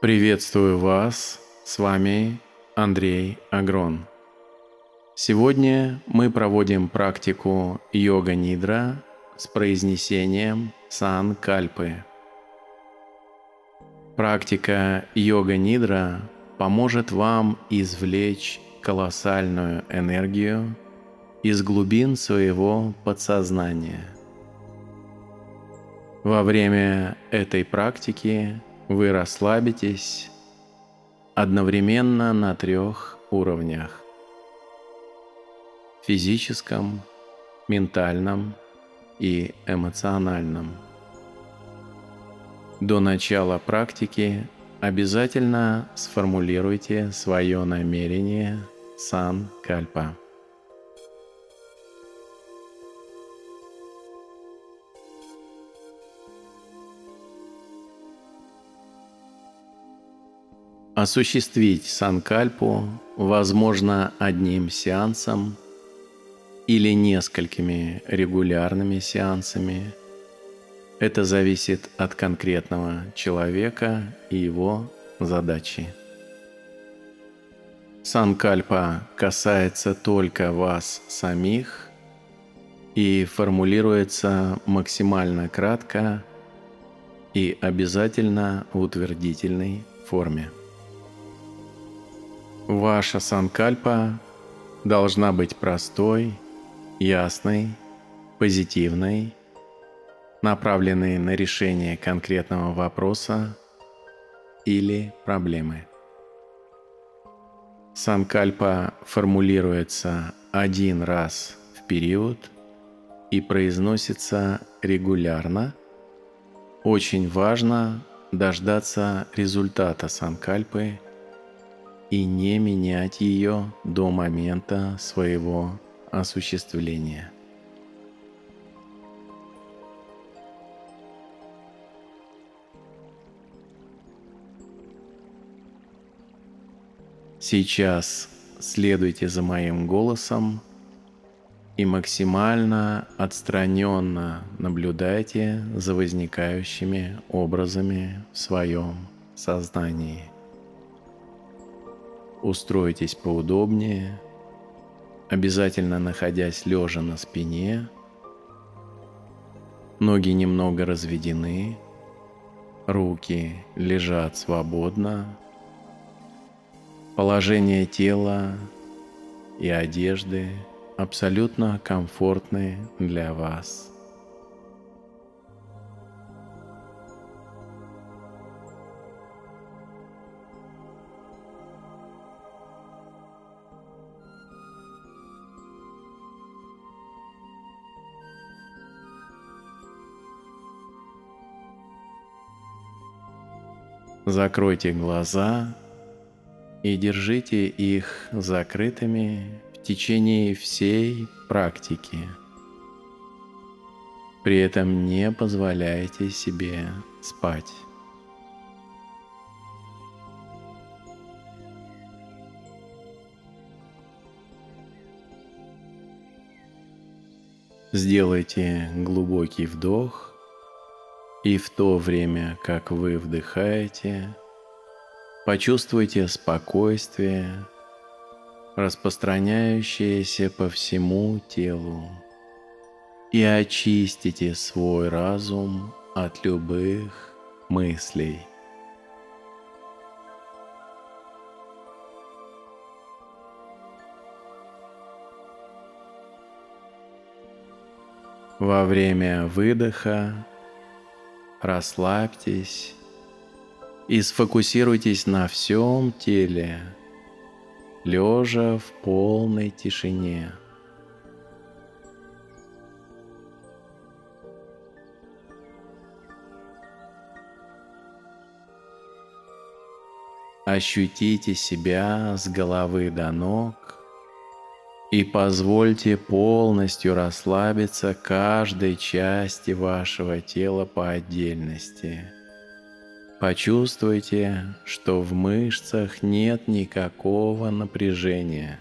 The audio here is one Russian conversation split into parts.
Приветствую вас, с вами Андрей Агрон. Сегодня мы проводим практику йога-нидра с произнесением санкальпы. Практика йога-нидра поможет вам извлечь колоссальную энергию из глубин своего подсознания. Во время этой практики вы расслабитесь одновременно на 3 уровнях: физическом, ментальном и эмоциональном. До начала практики обязательно сформулируйте свое намерение санкальпа. Осуществить санкальпу возможно одним сеансом или несколькими регулярными сеансами. Это зависит от конкретного человека и его задачи. Санкальпа касается только вас самих и формулируется максимально кратко и обязательно в утвердительной форме. Ваша санкальпа должна быть простой, ясной, позитивной, направленной на решение конкретного вопроса или проблемы. Санкальпа формулируется один раз в период и произносится регулярно. Очень важно дождаться результата санкальпы и не менять ее до момента своего осуществления. Сейчас следуйте за моим голосом и максимально отстраненно наблюдайте за возникающими образами в своем сознании. Устройтесь поудобнее, обязательно находясь лежа на спине. Ноги немного разведены, руки лежат свободно. Положение тела и одежды абсолютно комфортны для вас. Закройте глаза и держите их закрытыми в течение всей практики. При этом не позволяйте себе спать. Сделайте глубокий вдох, и в то время, как вы вдыхаете, почувствуйте спокойствие, распространяющееся по всему телу, и очистите свой разум от любых мыслей. Во время выдоха расслабьтесь и сфокусируйтесь на всем теле, лежа в полной тишине. Ощутите себя с головы до ног и позвольте полностью расслабиться каждой части вашего тела по отдельности. Почувствуйте, что в мышцах нет никакого напряжения.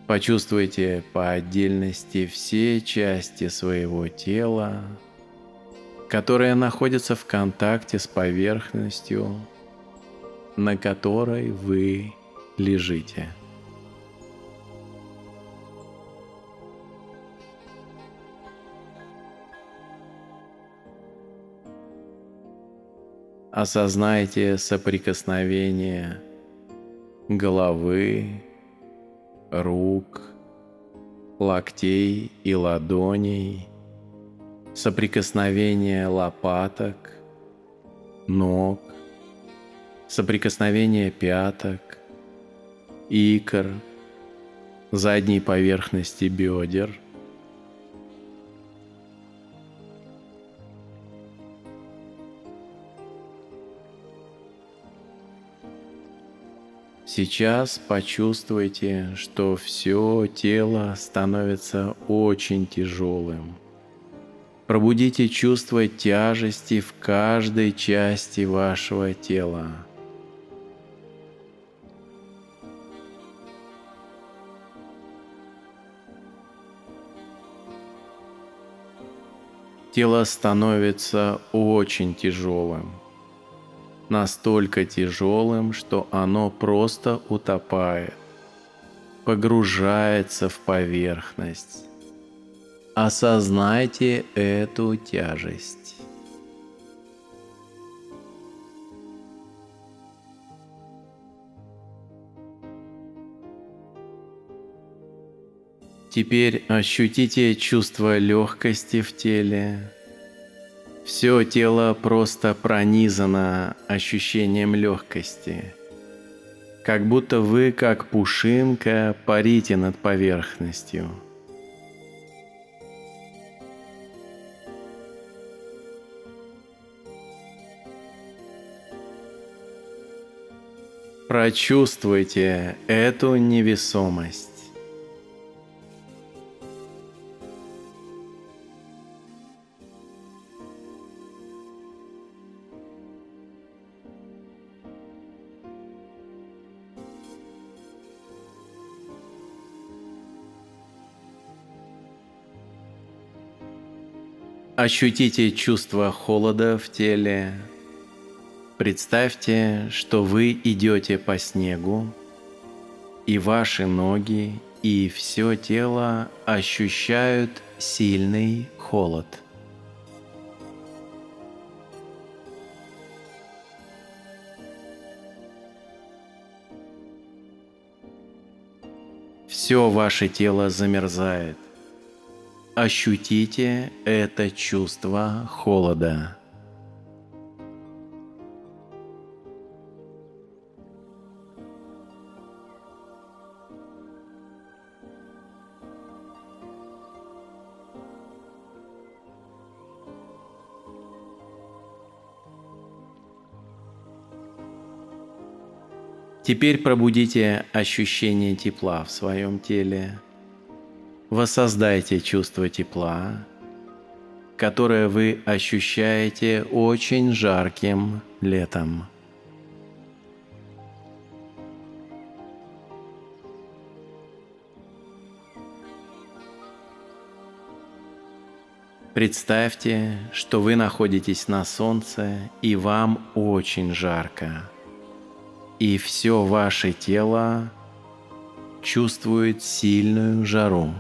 Почувствуйте по отдельности все части своего тела, которые находятся в контакте с поверхностью, на которой вы лежите. Осознайте соприкосновение головы, рук, локтей и ладоней, соприкосновение лопаток, ног, соприкосновение пяток, икр, задней поверхности бедер. Сейчас почувствуйте, что все тело становится очень тяжелым. Пробудите чувство тяжести в каждой части вашего тела. Тело становится очень тяжелым. Настолько тяжелым, что оно просто утопает, погружается в поверхность. Осознайте эту тяжесть. Теперь ощутите чувство легкости в теле. Все тело просто пронизано ощущением легкости, как будто вы, как пушинка, парите над поверхностью. Прочувствуйте эту невесомость. Ощутите чувство холода в теле. Представьте, что вы идете по снегу, и ваши ноги и все тело ощущают сильный холод. Все ваше тело замерзает. Ощутите это чувство холода. Теперь пробудите ощущение тепла в своем теле. Воссоздайте чувство тепла, которое вы ощущаете очень жарким летом. Представьте, что вы находитесь на солнце и вам очень жарко, и все ваше тело чувствует сильную жару.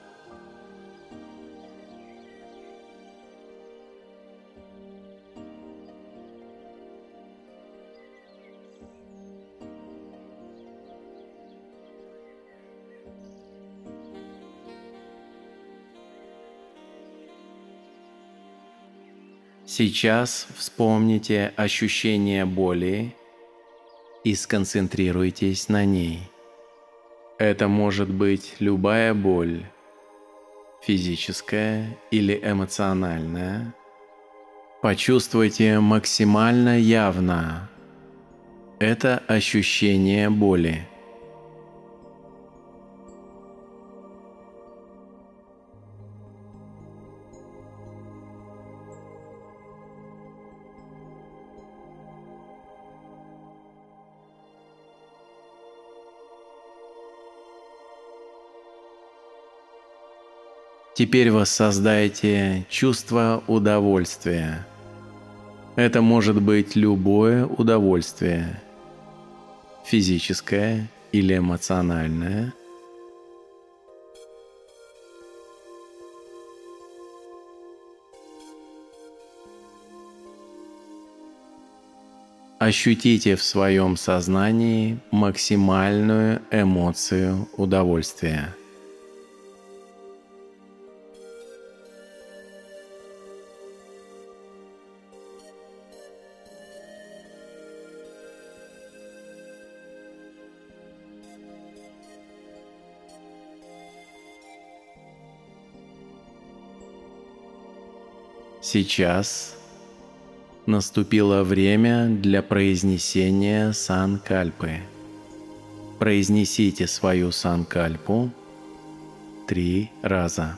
Сейчас вспомните ощущение боли и сконцентрируйтесь на ней. Это может быть любая боль, физическая или эмоциональная. Почувствуйте максимально явно это ощущение боли. Теперь воссоздайте чувство удовольствия. Это может быть любое удовольствие, физическое или эмоциональное. Ощутите в своем сознании максимальную эмоцию удовольствия. Сейчас наступило время для произнесения санкальпы. Произнесите свою санкальпу 3 раза.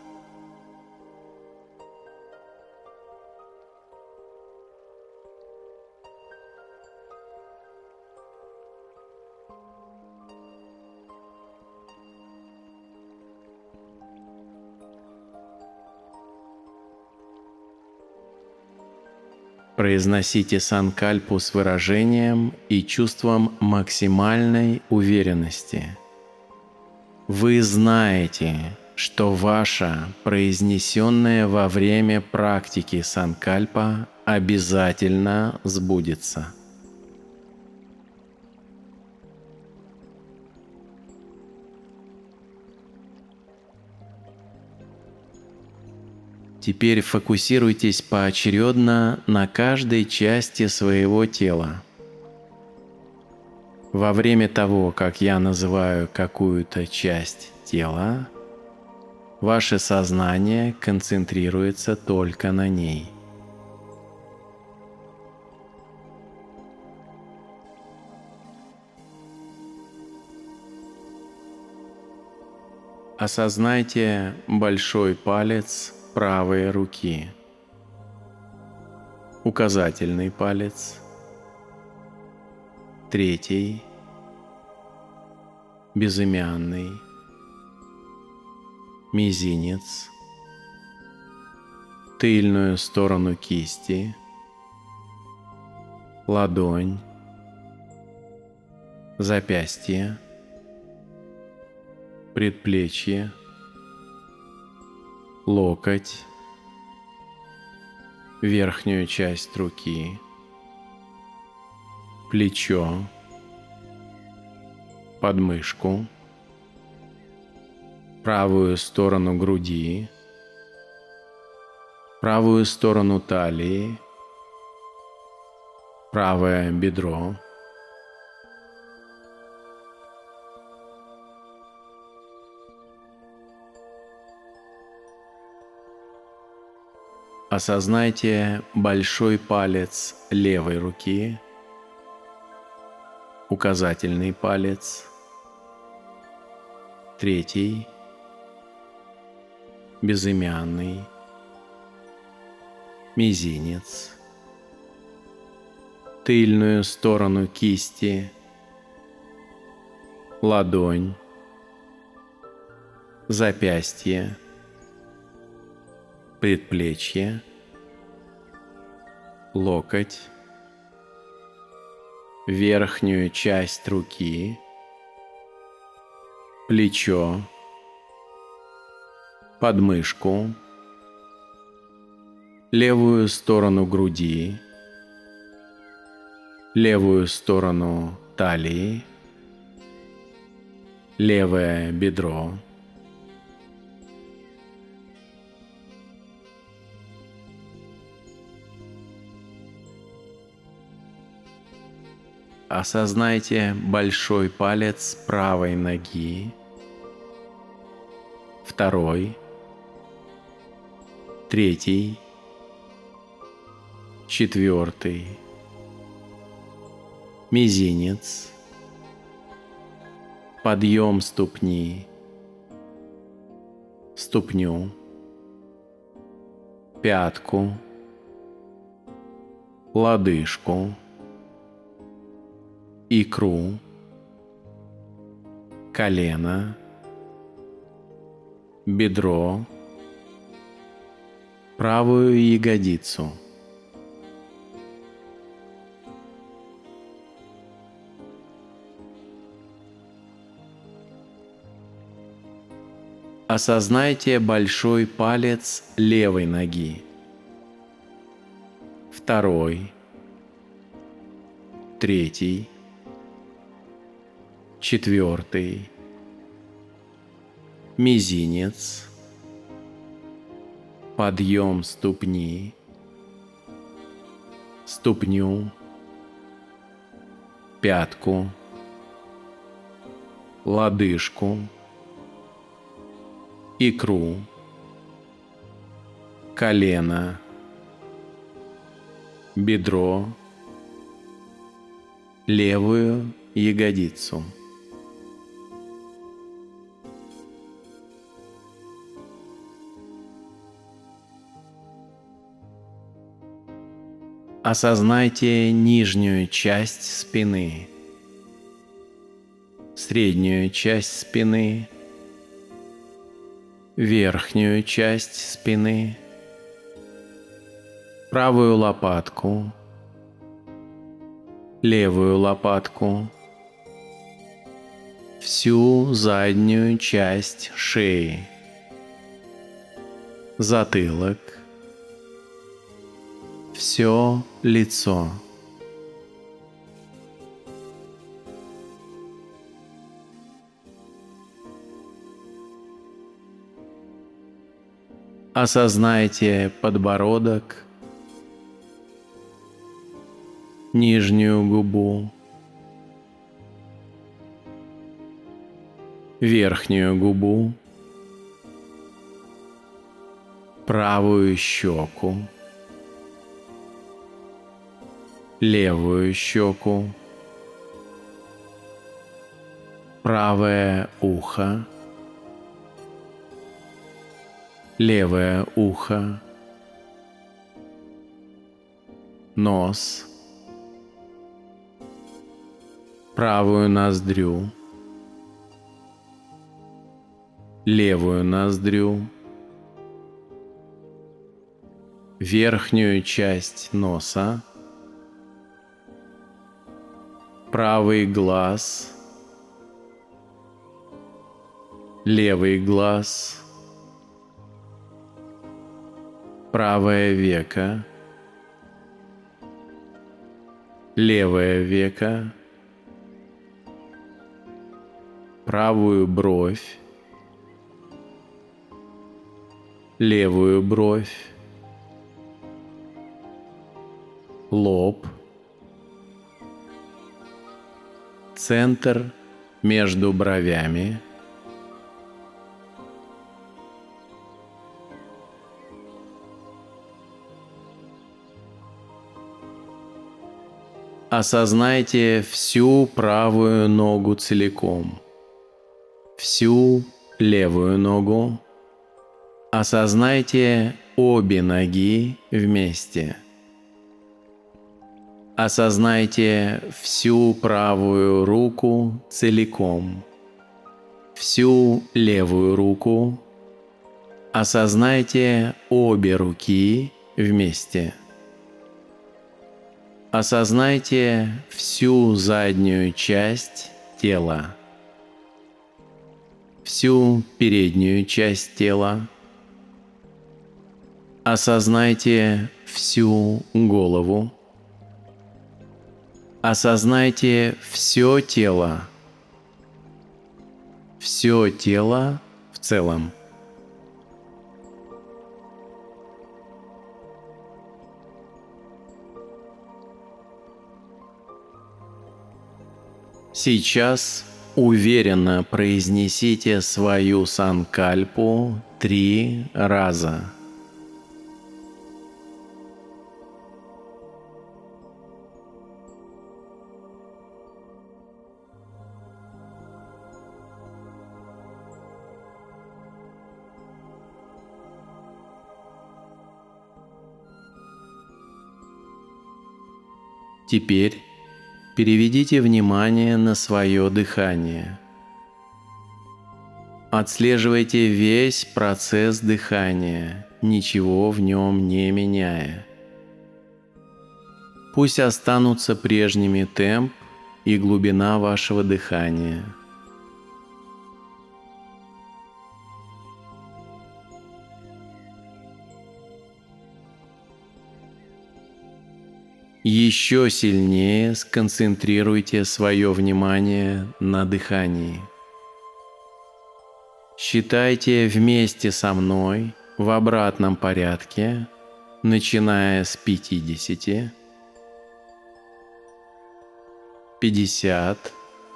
Произносите санкальпу с выражением и чувством максимальной уверенности. Вы знаете, что ваша произнесенная во время практики санкальпа обязательно сбудется. Теперь фокусируйтесь поочередно на каждой части своего тела. Во время того, как я называю какую-то часть тела, ваше сознание концентрируется только на ней. Осознайте большой палец правой руки, указательный палец, третий, безымянный, мизинец, тыльную сторону кисти, ладонь, запястье, предплечье, локоть, верхнюю часть руки, плечо, подмышку, правую сторону груди, правую сторону талии, правое бедро, осознайте большой палец левой руки, указательный палец, третий, безымянный, мизинец, тыльную сторону кисти, ладонь, запястье, предплечье, локоть, верхнюю часть руки, плечо, подмышку, левую сторону груди, левую сторону талии, левое бедро, осознайте большой палец правой ноги, второй, третий, четвертый, мизинец, подъем ступни, ступню, пятку, лодыжку, икру, колено, бедро, правую ягодицу. Осознайте большой палец левой ноги, второй, третий, четвертый, мизинец, подъем ступни, ступню, пятку, лодыжку, икру, колено, бедро, левую ягодицу. Осознайте нижнюю часть спины, среднюю часть спины, верхнюю часть спины, правую лопатку, левую лопатку, всю заднюю часть шеи, затылок, все лицо. Осознайте подбородок, нижнюю губу, верхнюю губу, правую щеку, левую щеку, правое ухо, левое ухо, нос, правую ноздрю, левую ноздрю, верхнюю часть носа, правый глаз, левый глаз, правое веко, левое веко, правую бровь, левую бровь, лоб, центр между бровями, осознайте всю правую ногу целиком, всю левую ногу, осознайте обе ноги вместе. Осознайте всю правую руку целиком, всю левую руку, осознайте обе руки вместе. Осознайте всю заднюю часть тела, всю переднюю часть тела. Осознайте всю голову. Осознайте все тело в целом. Сейчас уверенно произнесите свою санкальпу 3 раза. Теперь переведите внимание на свое дыхание. Отслеживайте весь процесс дыхания, ничего в нем не меняя. Пусть останутся прежними темп и глубина вашего дыхания. Еще сильнее сконцентрируйте свое внимание на дыхании. Считайте вместе со мной в обратном порядке, начиная с 50, 50,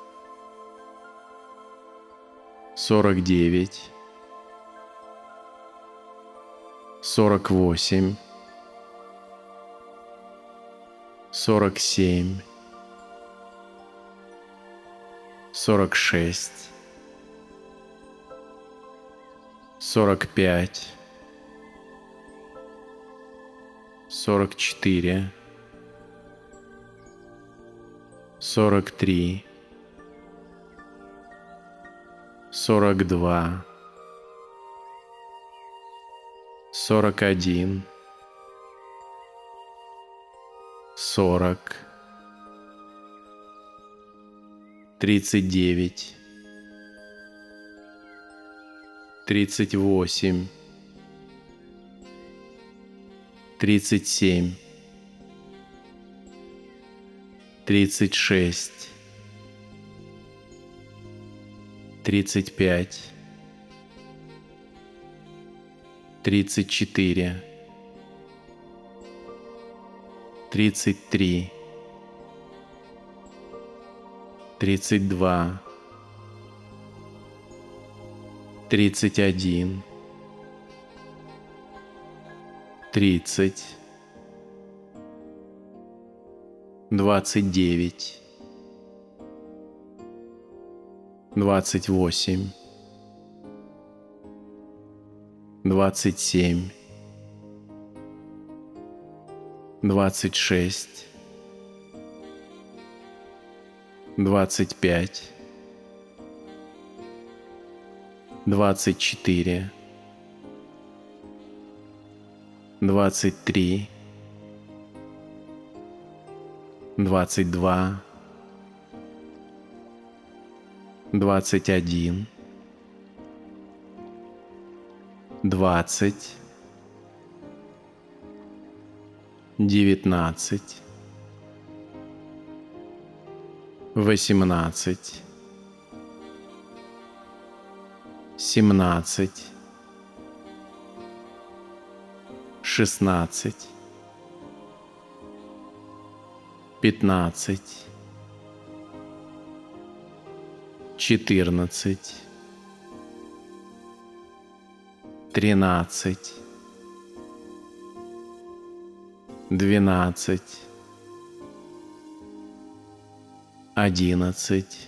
49, 48, 47, 46, 45, 44, 43, 42, 41, 40, 39, 38, 37, 36, 35, 34, 33, 32, 31, 30, 29, 28, 27, 26, 25, 24, 23, 22, 21, 20, 19, 18, 17, 16, 15, 14, 13, 12, 11,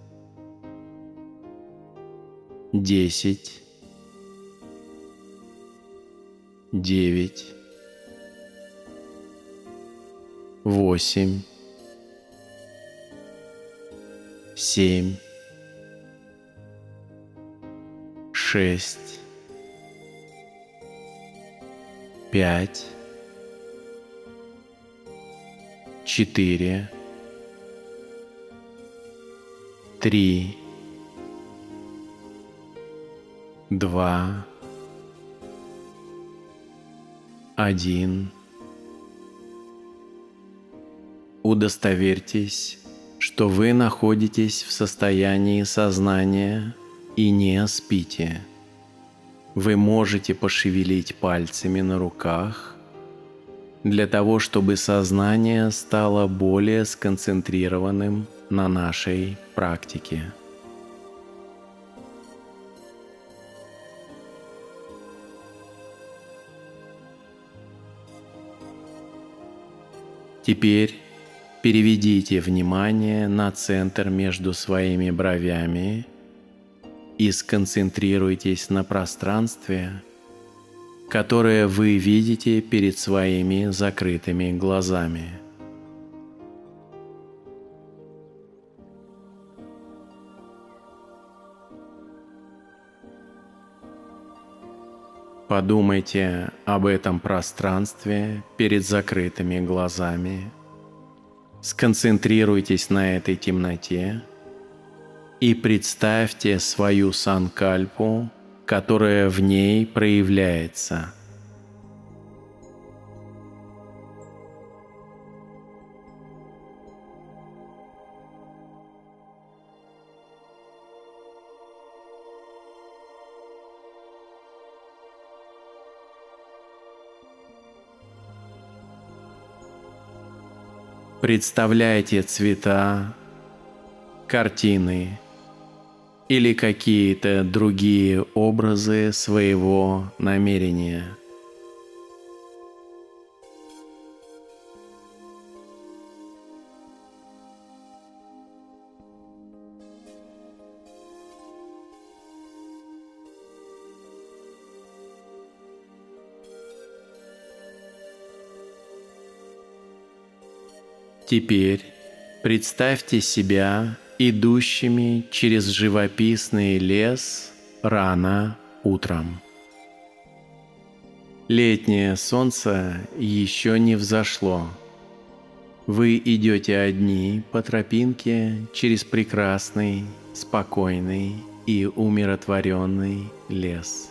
10, 9, 8, 7, 6, 5, 4, 3, 2, 1. Удостоверьтесь, что вы находитесь в состоянии сознания и не спите. Вы можете пошевелить пальцами на руках для того, чтобы сознание стало более сконцентрированным на нашей практике. Теперь переведите внимание на центр между своими бровями и сконцентрируйтесь на пространстве, которое вы видите перед своими закрытыми глазами. Подумайте об этом пространстве перед закрытыми глазами. Сконцентрируйтесь на этой темноте и представьте свою санкальпу, которая в ней проявляется. Представляйте цвета, картины или какие-то другие образы своего намерения. Теперь представьте себя идущими через живописный лес рано утром. Летнее солнце еще не взошло. Вы идете одни по тропинке через прекрасный, спокойный и умиротворенный лес.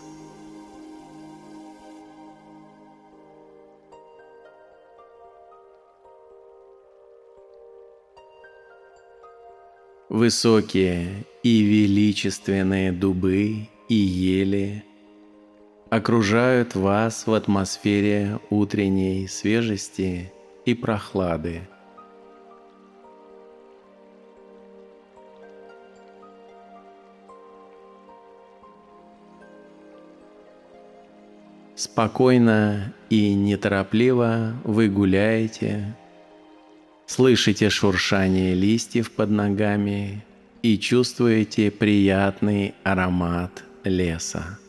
Высокие и величественные дубы и ели окружают вас в атмосфере утренней свежести и прохлады. Спокойно и неторопливо вы гуляете, слышите шуршание листьев под ногами и чувствуете приятный аромат леса.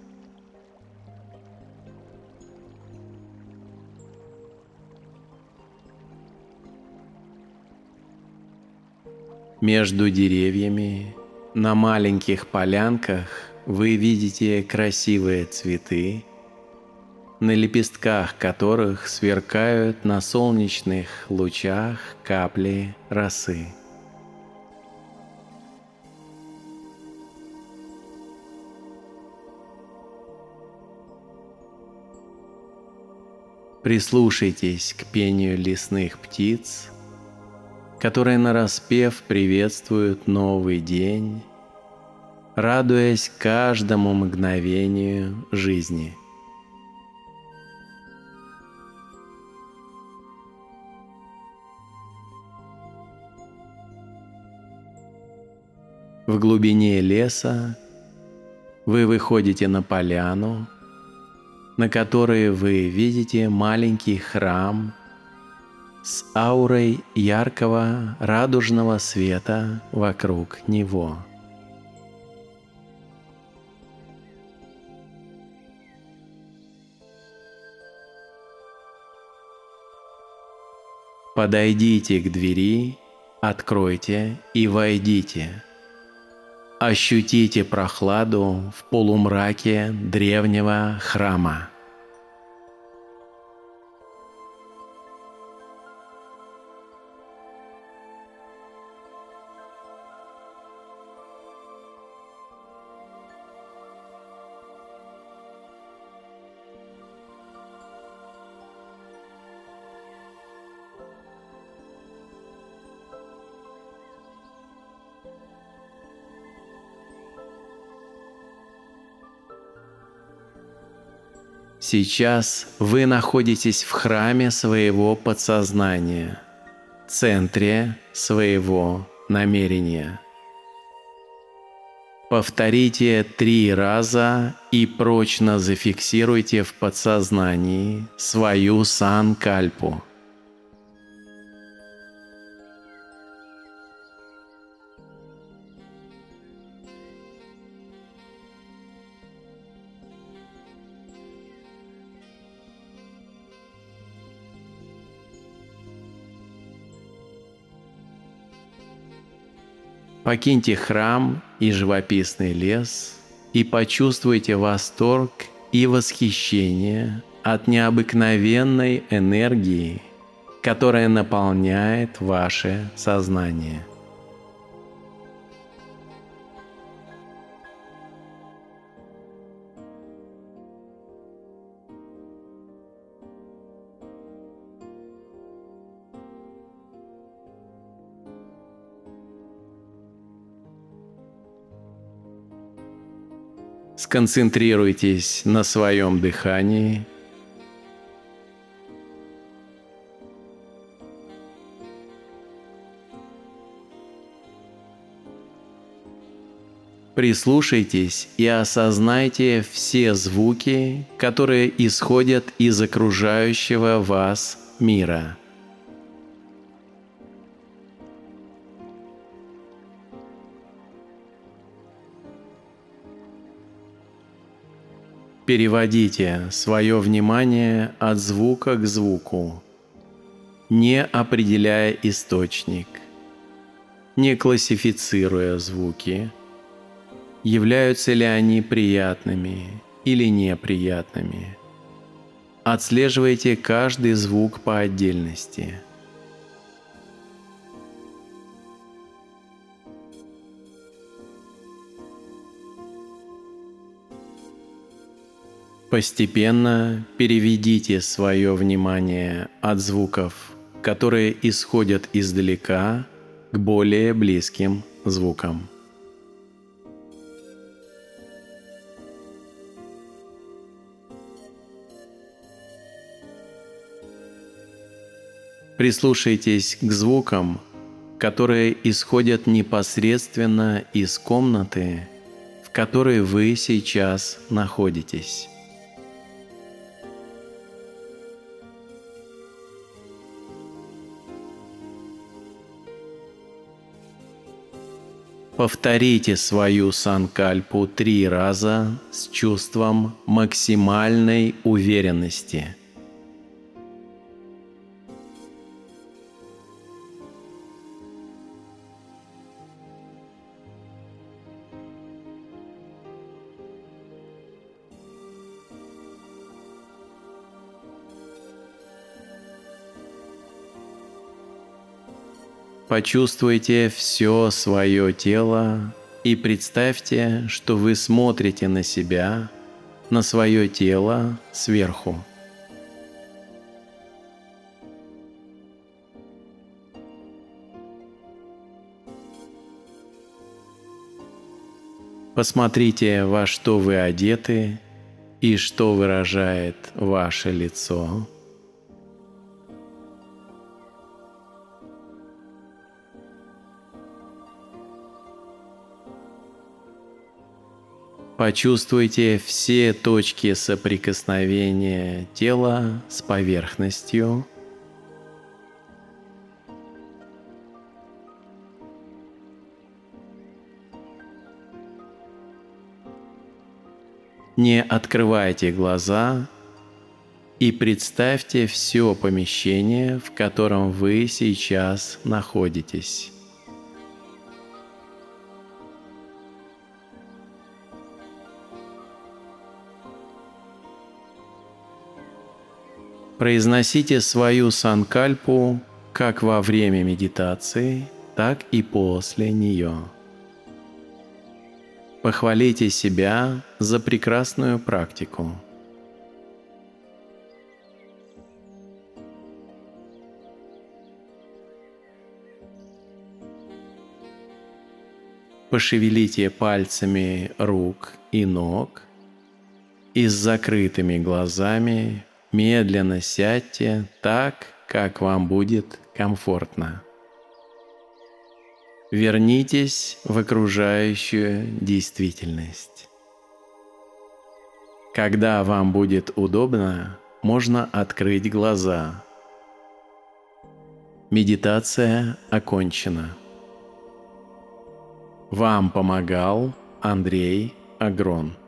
Между деревьями, на маленьких полянках, вы видите красивые цветы, на лепестках которых сверкают на солнечных лучах капли росы. Прислушайтесь к пению лесных птиц, которые нараспев приветствуют новый день, радуясь каждому мгновению жизни. В глубине леса вы выходите на поляну, на которой вы видите маленький храм с аурой яркого радужного света вокруг него. Подойдите к двери, откройте и войдите. Ощутите прохладу в полумраке древнего храма. Сейчас вы находитесь в храме своего подсознания, центре своего намерения. Повторите 3 раза и прочно зафиксируйте в подсознании свою санкальпу. Покиньте храм и живописный лес и почувствуйте восторг и восхищение от необыкновенной энергии, которая наполняет ваше сознание. Сконцентрируйтесь на своем дыхании. Прислушайтесь и осознайте все звуки, которые исходят из окружающего вас мира. Переводите свое внимание от звука к звуку, не определяя источник, не классифицируя звуки, являются ли они приятными или неприятными. Отслеживайте каждый звук по отдельности. Постепенно переведите свое внимание от звуков, которые исходят издалека, к более близким звукам. Прислушайтесь к звукам, которые исходят непосредственно из комнаты, в которой вы сейчас находитесь. Повторите свою санкальпу 3 раза с чувством максимальной уверенности. Почувствуйте все свое тело и представьте, что вы смотрите на себя, на свое тело сверху. Посмотрите, во что вы одеты и что выражает ваше лицо. Почувствуйте все точки соприкосновения тела с поверхностью. Не открывайте глаза и представьте все помещение, в котором вы сейчас находитесь. Произносите свою санкальпу как во время медитации, так и после нее. Похвалите себя за прекрасную практику. Пошевелите пальцами рук и ног и с закрытыми глазами медленно сядьте так, как вам будет комфортно. Вернитесь в окружающую действительность. Когда вам будет удобно, можно открыть глаза. Медитация окончена. Вам помогал Андрей Агрон.